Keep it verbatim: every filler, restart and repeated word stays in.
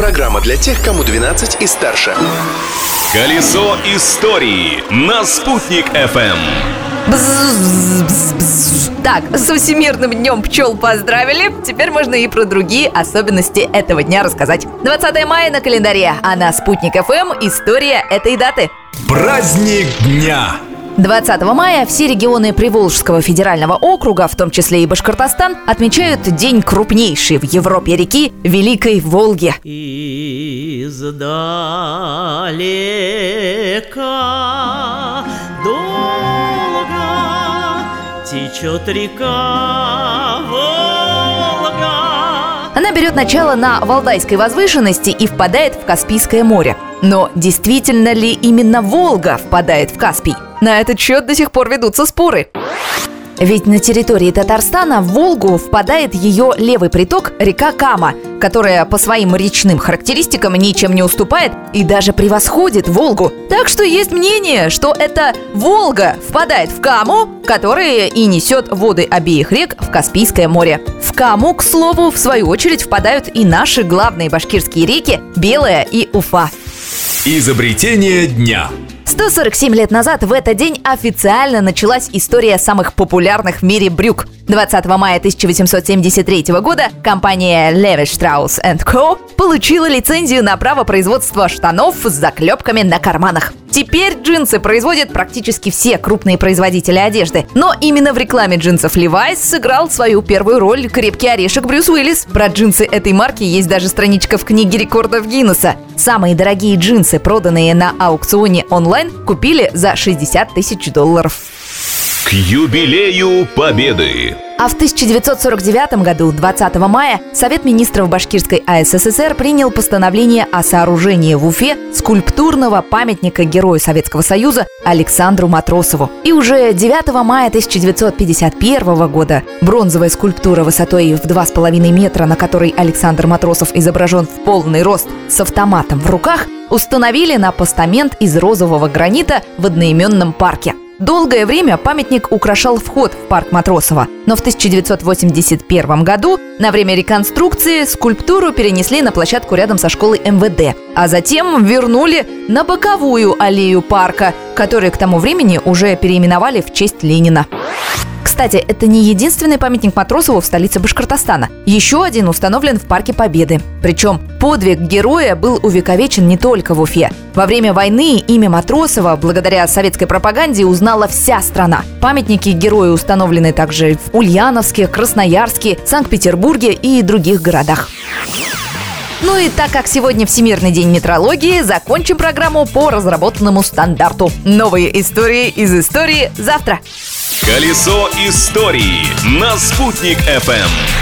Программа для тех, кому двенадцать и старше. Колесо истории на Спутник эф эм. Так, с Всемирным днем пчел поздравили. Теперь можно и про другие особенности этого дня рассказать. двадцатое мая на календаре, а на Спутник эф эм история этой даты. Праздник дня. двадцатого мая все регионы Приволжского федерального округа, в том числе и Башкортостан, отмечают день крупнейшей в Европе реки Великой Волги. Издалека долго течет река Волга. Она берет начало на Валдайской возвышенности и впадает в Каспийское море. Но действительно ли именно Волга впадает в Каспий? На этот счет до сих пор ведутся споры. Ведь на территории Татарстана в Волгу впадает ее левый приток река Кама, которая по своим речным характеристикам ничем не уступает и даже превосходит Волгу. Так что есть мнение, что это Волга впадает в Каму, которая и несет воды обеих рек в Каспийское море. В Каму, к слову, в свою очередь впадают и наши главные башкирские реки Белая и Уфа. Изобретение дня. сто сорок семь лет назад в этот день официально началась история самых популярных в мире брюк. двадцатого мая тысяча восемьсот семьдесят третьего года компания Levi Strauss энд Co. получила лицензию на право производства штанов с заклепками на карманах. Теперь джинсы производят практически все крупные производители одежды. Но именно в рекламе джинсов Levi's сыграл свою первую роль крепкий орешек Брюс Уиллис. Про джинсы этой марки есть даже страничка в книге рекордов Гиннесса. Самые дорогие джинсы, проданные на аукционе онлайн, купили за шестьдесят тысяч долларов. К юбилею Победы. А в тысяча девятьсот сорок девятом году, двадцатого мая, Совет министров Башкирской а эс эс эс эр принял постановление о сооружении в Уфе скульптурного памятника Герою Советского Союза Александру Матросову. И уже девятого мая тысяча девятьсот пятьдесят первого года бронзовая скульптура высотой в два с половиной метра, на которой Александр Матросов изображен в полный рост с автоматом в руках, установили на постамент из розового гранита в одноименном парке. Долгое время памятник украшал вход в парк Матросова, но в тысяча девятьсот восемьдесят первом году на время реконструкции скульптуру перенесли на площадку рядом со школой эм вэ дэ, а затем вернули на боковую аллею парка, которую к тому времени уже переименовали в честь Ленина. Кстати, это не единственный памятник Матросову в столице Башкортостана. Еще один установлен в Парке Победы. Причем подвиг героя был увековечен не только в Уфе. Во время войны имя Матросова, благодаря советской пропаганде, узнала вся страна. Памятники герою установлены также в Ульяновске, Красноярске, Санкт-Петербурге и других городах. Ну и так как сегодня Всемирный день метрологии, закончим программу по разработанному стандарту. Новые истории из истории завтра. Колесо истории на Спутник эф эм.